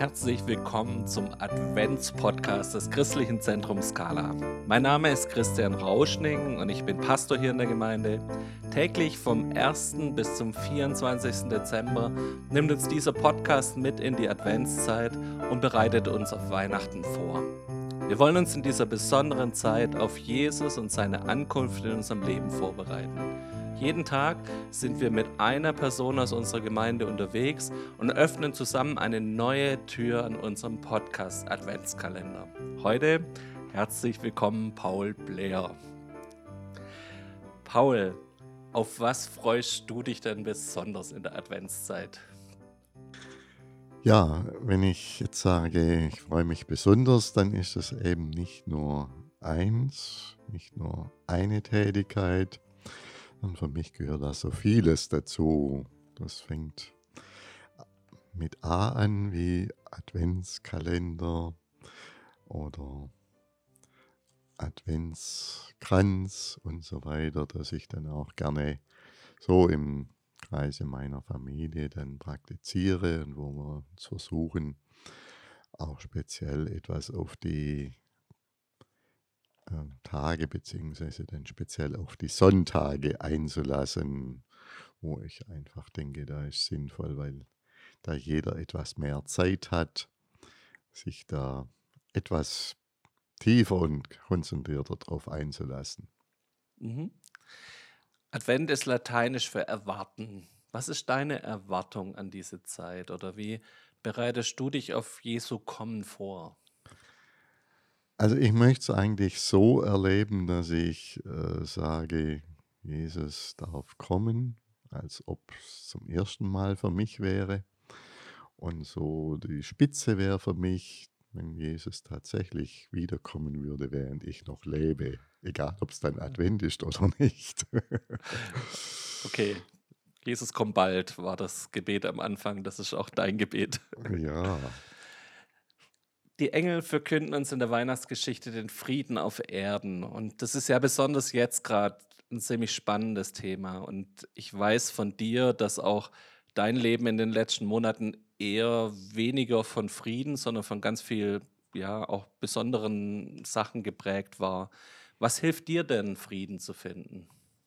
Herzlich willkommen zum Adventspodcast des Christlichen Zentrums Skala. Mein Name ist Christian Rauschning und ich bin Pastor hier in der Gemeinde. Täglich vom 1. bis zum 24. Dezember nimmt uns dieser Podcast mit in die Adventszeit und bereitet uns auf Weihnachten vor. Wir wollen uns in dieser besonderen Zeit auf Jesus und seine Ankunft in unserem Leben vorbereiten. Jeden Tag sind wir mit einer Person aus unserer Gemeinde unterwegs und öffnen zusammen eine neue Tür an unserem Podcast Adventskalender. Heute herzlich willkommen Paul Blair. Paul, auf was freust du dich denn besonders in der Adventszeit? Ja, wenn ich jetzt sage, ich freue mich besonders, dann ist es eben nicht nur eine Tätigkeit. Und für mich gehört da so vieles dazu. Das fängt mit A an, wie Adventskalender oder Adventskranz und so weiter, dass ich dann auch gerne so im Kreise meiner Familie dann praktiziere und wo wir uns versuchen, auch speziell etwas auf die Tage beziehungsweise dann speziell auf die Sonntage einzulassen, wo ich einfach denke, da ist sinnvoll, weil da jeder etwas mehr Zeit hat, sich da etwas tiefer und konzentrierter drauf einzulassen. Mhm. Advent ist lateinisch für erwarten. Was ist deine Erwartung an diese Zeit oder wie bereitest du dich auf Jesu Kommen vor? Also ich möchte es eigentlich so erleben, dass ich sage, Jesus darf kommen, als ob es zum ersten Mal für mich wäre. Und so die Spitze wäre für mich, wenn Jesus tatsächlich wiederkommen würde, während ich noch lebe. Egal, ob es dann Advent ist oder nicht. Okay, Jesus kommt bald, war das Gebet am Anfang. Das ist auch dein Gebet. Ja, Die Engel verkünden uns in der Weihnachtsgeschichte den Frieden auf Erden. Und das ist ja besonders jetzt gerade ein ziemlich spannendes Thema. Und ich weiß von dir, dass auch dein Leben in den letzten Monaten eher weniger von Frieden, sondern von ganz viel, ja, auch besonderen Sachen geprägt war. Was hilft dir denn, Frieden zu finden?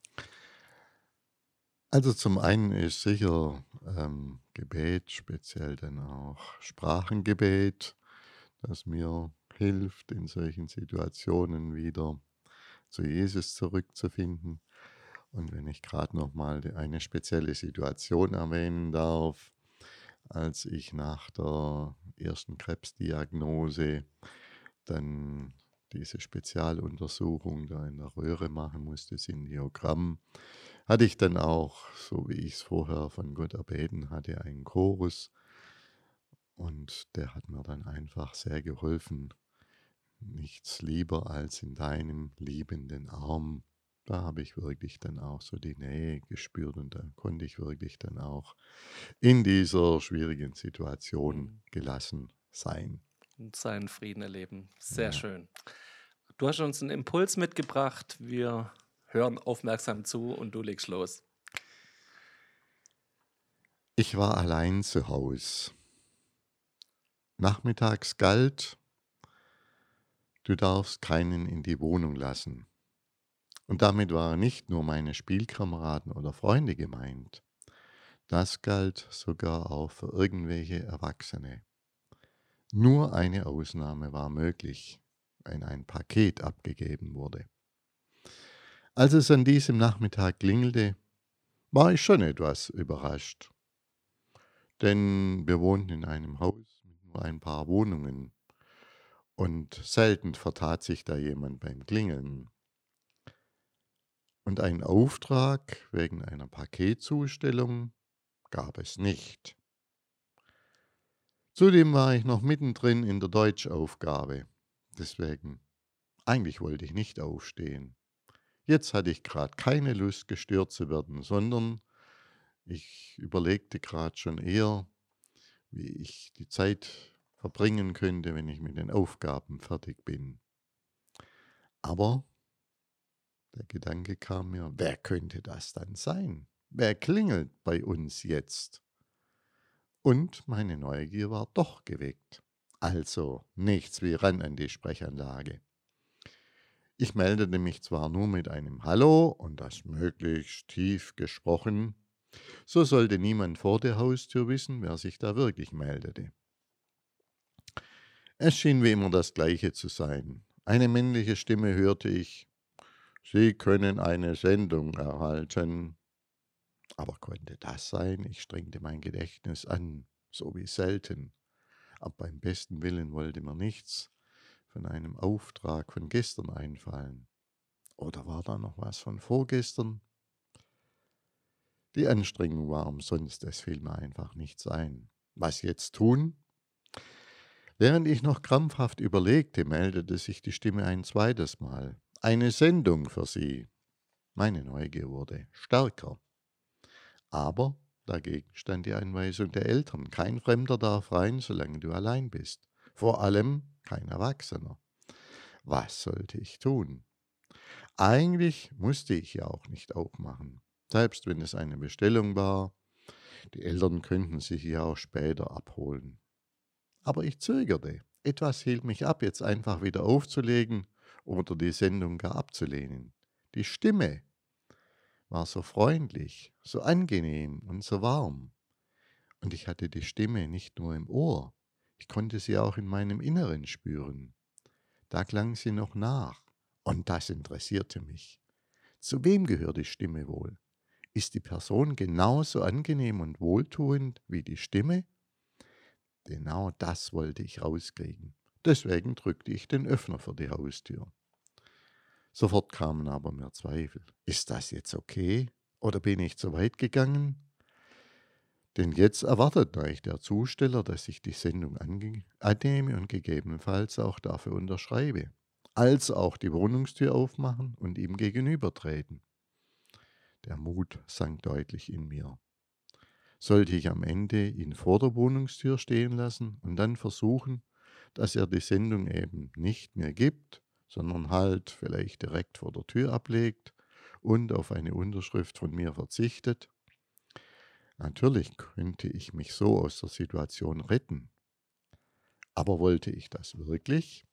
also zum einen ist sicher Gebet, speziell dann auch Sprachengebet, das mir hilft, in solchen Situationen wieder zu Jesus zurückzufinden. Und wenn ich gerade noch mal eine spezielle Situation erwähnen darf, als ich nach der ersten Krebsdiagnose dann diese Spezialuntersuchung da in der Röhre machen musste, Sindiogramm, hatte ich dann auch, so wie ich es vorher von Gott erbeten hatte, einen Chorus. Und der hat mir dann einfach sehr geholfen. Nichts lieber als in deinem liebenden Arm. Da habe ich wirklich dann auch so die Nähe gespürt und da konnte ich wirklich dann auch in dieser schwierigen Situation Hm. gelassen sein. Und seinen Frieden erleben. Sehr Ja. schön. Du hast uns einen Impuls mitgebracht. Wir hören aufmerksam zu und du legst los. Ich war allein zu Haus. Nachmittags galt, du darfst keinen in die Wohnung lassen. Und damit waren nicht nur meine Spielkameraden oder Freunde gemeint. Das galt sogar auch für irgendwelche Erwachsene. Nur eine Ausnahme war möglich, wenn ein Paket abgegeben wurde. Als es an diesem Nachmittag klingelte, war ich schon etwas überrascht, denn wir wohnten in einem Haus mit nur ein paar Wohnungen und selten vertat sich da jemand beim Klingeln. Und einen Auftrag wegen einer Paketzustellung gab es nicht. Zudem war ich noch mittendrin in der Deutschaufgabe. Deswegen, eigentlich wollte ich nicht aufstehen. Jetzt hatte ich gerade keine Lust, gestört zu werden, sondern ich überlegte gerade schon eher, wie ich die Zeit verbringen könnte, wenn ich mit den Aufgaben fertig bin. Aber der Gedanke kam mir, wer könnte das dann sein? Wer klingelt bei uns jetzt? Und meine Neugier war doch geweckt. Also nichts wie ran an die Sprechanlage. Ich meldete mich zwar nur mit einem Hallo und das möglichst tief gesprochen, so sollte niemand vor der Haustür wissen, wer sich da wirklich meldete. Es schien wie immer das Gleiche zu sein. Eine männliche Stimme hörte ich: Sie können eine Sendung erhalten. Aber konnte das sein? Ich strengte mein Gedächtnis an, so wie selten. Aber beim besten Willen wollte mir nichts von einem Auftrag von gestern einfallen. Oder war da noch was von vorgestern? Die Anstrengung war umsonst, es fiel mir einfach nichts ein. Was jetzt tun? Während ich noch krampfhaft überlegte, meldete sich die Stimme ein zweites Mal. Eine Sendung für Sie. Meine Neugier wurde stärker. Aber dagegen stand die Anweisung der Eltern. Kein Fremder darf rein, solange du allein bist. Vor allem kein Erwachsener. Was sollte ich tun? Eigentlich musste ich ja auch nicht aufmachen. Selbst wenn es eine Bestellung war, die Eltern könnten sich ja auch später abholen. Aber ich zögerte. Etwas hielt mich ab, jetzt einfach wieder aufzulegen oder die Sendung gar abzulehnen. Die Stimme war so freundlich, so angenehm und so warm. Und ich hatte die Stimme nicht nur im Ohr, ich konnte sie auch in meinem Inneren spüren. Da klang sie noch nach. Und das interessierte mich. Zu wem gehört die Stimme wohl? Ist die Person genauso angenehm und wohltuend wie die Stimme? Genau das wollte ich rauskriegen. Deswegen drückte ich den Öffner für die Haustür. Sofort kamen aber mir Zweifel. Ist das jetzt okay? Oder bin ich zu weit gegangen? Denn jetzt erwartet gleich der Zusteller, dass ich die Sendung annehme und gegebenenfalls auch dafür unterschreibe. Also auch die Wohnungstür aufmachen und ihm gegenübertreten. Der Mut sank deutlich in mir. Sollte ich am Ende ihn vor der Wohnungstür stehen lassen und dann versuchen, dass er die Sendung eben nicht mehr gibt, sondern halt vielleicht direkt vor der Tür ablegt und auf eine Unterschrift von mir verzichtet? Natürlich könnte ich mich so aus der Situation retten. Aber wollte ich das wirklich?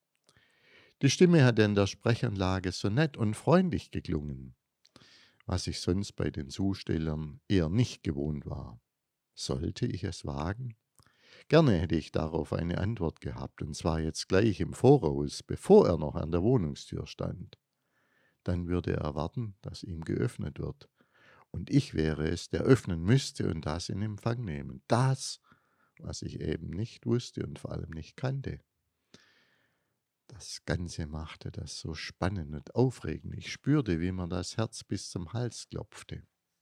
Die Stimme hatte in der Sprechanlage so nett und freundlich geklungen, was ich sonst bei den Zustellern eher nicht gewohnt war. Sollte ich es wagen? Gerne hätte ich darauf eine Antwort gehabt, und zwar jetzt gleich im Voraus, bevor er noch an der Wohnungstür stand. Dann würde er erwarten, dass ihm geöffnet wird. Und ich wäre es, der öffnen müsste und das in Empfang nehmen. Das, was ich eben nicht wusste und vor allem nicht kannte. Das Ganze machte das so spannend und aufregend. Ich spürte, wie mir das Herz bis zum Hals klopfte.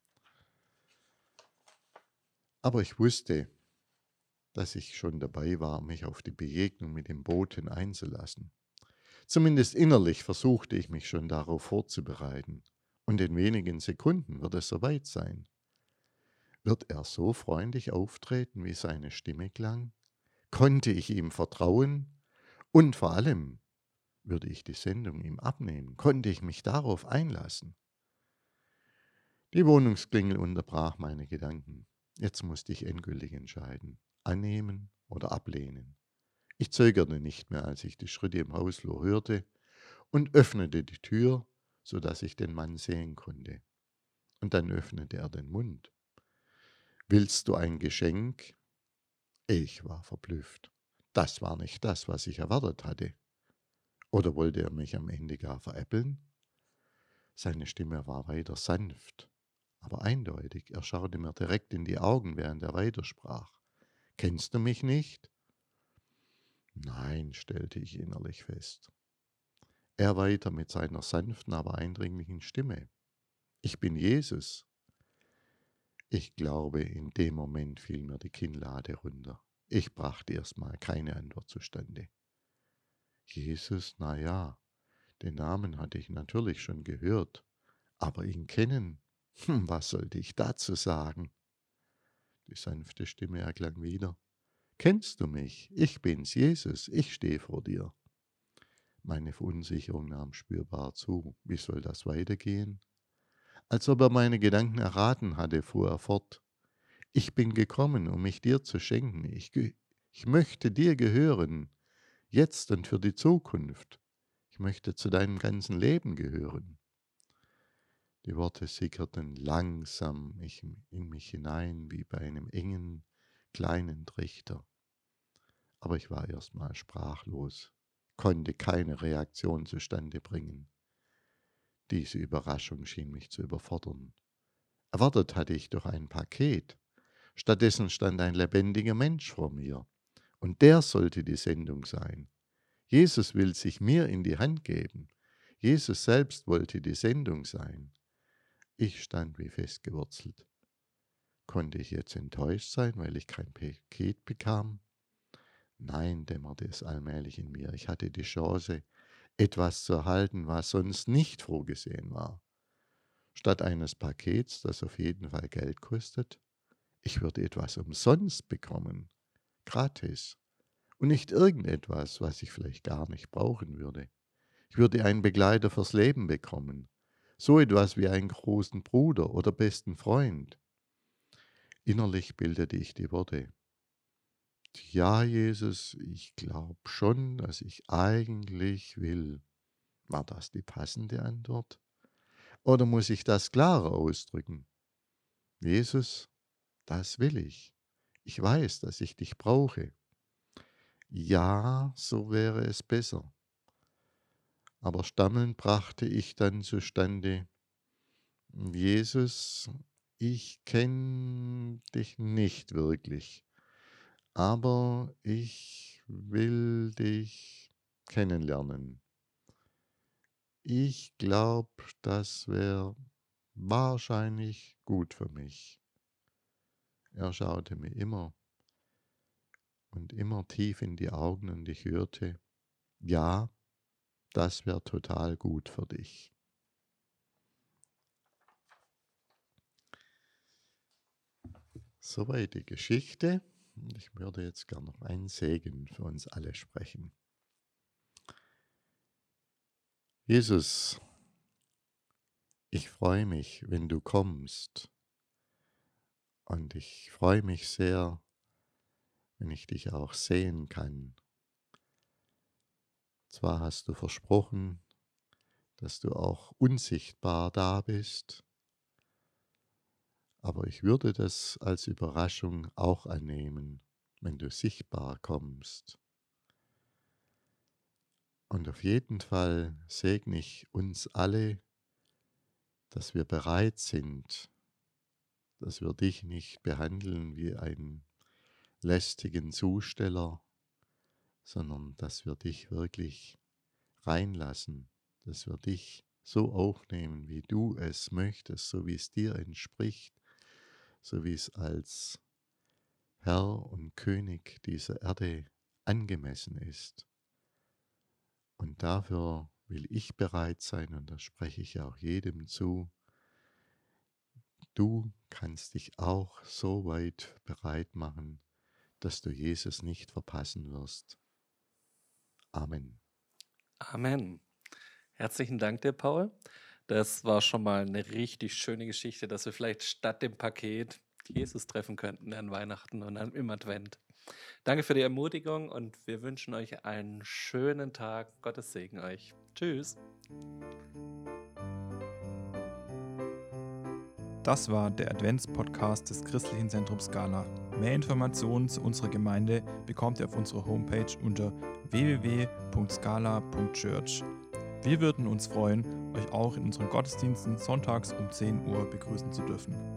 Aber ich wusste, dass ich schon dabei war, mich auf die Begegnung mit dem Boten einzulassen. Zumindest innerlich versuchte ich mich schon darauf vorzubereiten. Und in wenigen Sekunden wird es soweit sein. Wird er so freundlich auftreten, wie seine Stimme klang? Konnte ich ihm vertrauen? Und vor allem, würde ich die Sendung ihm abnehmen? Konnte ich mich darauf einlassen? Die Wohnungsklingel unterbrach meine Gedanken. Jetzt musste ich endgültig entscheiden. Annehmen oder ablehnen. Ich zögerte nicht mehr, als ich die Schritte im Hausflur hörte und öffnete die Tür, so dass ich den Mann sehen konnte. Und dann öffnete er den Mund. »Willst du ein Geschenk?« Ich war verblüfft. Das war nicht das, was ich erwartet hatte. Oder wollte er mich am Ende gar veräppeln? Seine Stimme war weiter sanft, aber eindeutig. Er schaute mir direkt in die Augen, während er weitersprach. »Kennst du mich nicht?« »Nein«, stellte ich innerlich fest. Er weiter mit seiner sanften, aber eindringlichen Stimme. »Ich bin Jesus.« Ich glaube, in dem Moment fiel mir die Kinnlade runter. Ich brachte erstmal keine Antwort zustande. Jesus, na ja, den Namen hatte ich natürlich schon gehört, aber ihn kennen, was sollte ich dazu sagen? Die sanfte Stimme erklang wieder. »Kennst du mich? Ich bin's, Jesus, ich stehe vor dir.« Meine Verunsicherung nahm spürbar zu. Wie soll das weitergehen? Als ob er meine Gedanken erraten hatte, fuhr er fort. Ich bin gekommen, um mich dir zu schenken. Ich möchte dir gehören, jetzt und für die Zukunft. Ich möchte zu deinem ganzen Leben gehören. Die Worte sickerten langsam in mich hinein, wie bei einem engen, kleinen Trichter. Aber ich war erstmal sprachlos, konnte keine Reaktion zustande bringen. Diese Überraschung schien mich zu überfordern. Erwartet hatte ich doch ein Paket. Stattdessen stand ein lebendiger Mensch vor mir. Und der sollte die Sendung sein. Jesus will sich mir in die Hand geben. Jesus selbst wollte die Sendung sein. Ich stand wie festgewurzelt. Konnte ich jetzt enttäuscht sein, weil ich kein Paket bekam? Nein, dämmerte es allmählich in mir. Ich hatte die Chance, etwas zu erhalten, was sonst nicht vorgesehen war. Statt eines Pakets, das auf jeden Fall Geld kostet, ich würde etwas umsonst bekommen, gratis. Und nicht irgendetwas, was ich vielleicht gar nicht brauchen würde. Ich würde einen Begleiter fürs Leben bekommen. So etwas wie einen großen Bruder oder besten Freund. Innerlich bildete ich die Worte: Ja, Jesus, ich glaube schon, dass ich eigentlich will. War das die passende Antwort? Oder muss ich das klarer ausdrücken? Jesus, das will ich. Ich weiß, dass ich dich brauche. Ja, so wäre es besser. Aber stammelnd brachte ich dann zustande: Jesus, ich kenne dich nicht wirklich, aber ich will dich kennenlernen. Ich glaube, das wäre wahrscheinlich gut für mich. Er schaute mir immer und immer tief in die Augen und ich hörte: Ja, das wäre total gut für dich. Soweit die Geschichte. Und ich würde jetzt gern noch einen Segen für uns alle sprechen. Jesus, ich freue mich, wenn du kommst. Und ich freue mich sehr, wenn ich dich auch sehen kann. Zwar hast du versprochen, dass du auch unsichtbar da bist, aber ich würde das als Überraschung auch annehmen, wenn du sichtbar kommst. Und auf jeden Fall segne ich uns alle, dass wir bereit sind, dass wir dich nicht behandeln wie einen lästigen Zusteller, sondern dass wir dich wirklich reinlassen, dass wir dich so aufnehmen, wie du es möchtest, so wie es dir entspricht, so wie es als Herr und König dieser Erde angemessen ist. Und dafür will ich bereit sein, und das spreche ich auch jedem zu. Du kannst dich auch so weit bereit machen, dass du Jesus nicht verpassen wirst. Amen. Amen. Herzlichen Dank dir, Paul. Das war schon mal eine richtig schöne Geschichte, dass wir vielleicht statt dem Paket Jesus treffen könnten an Weihnachten und im Advent. Danke für die Ermutigung und wir wünschen euch einen schönen Tag. Gottes Segen euch. Tschüss. Das war der Advents-Podcast des Christlichen Zentrums Scala. Mehr Informationen zu unserer Gemeinde bekommt ihr auf unserer Homepage unter www.scala.church. Wir würden uns freuen, euch auch in unseren Gottesdiensten sonntags um 10 Uhr begrüßen zu dürfen.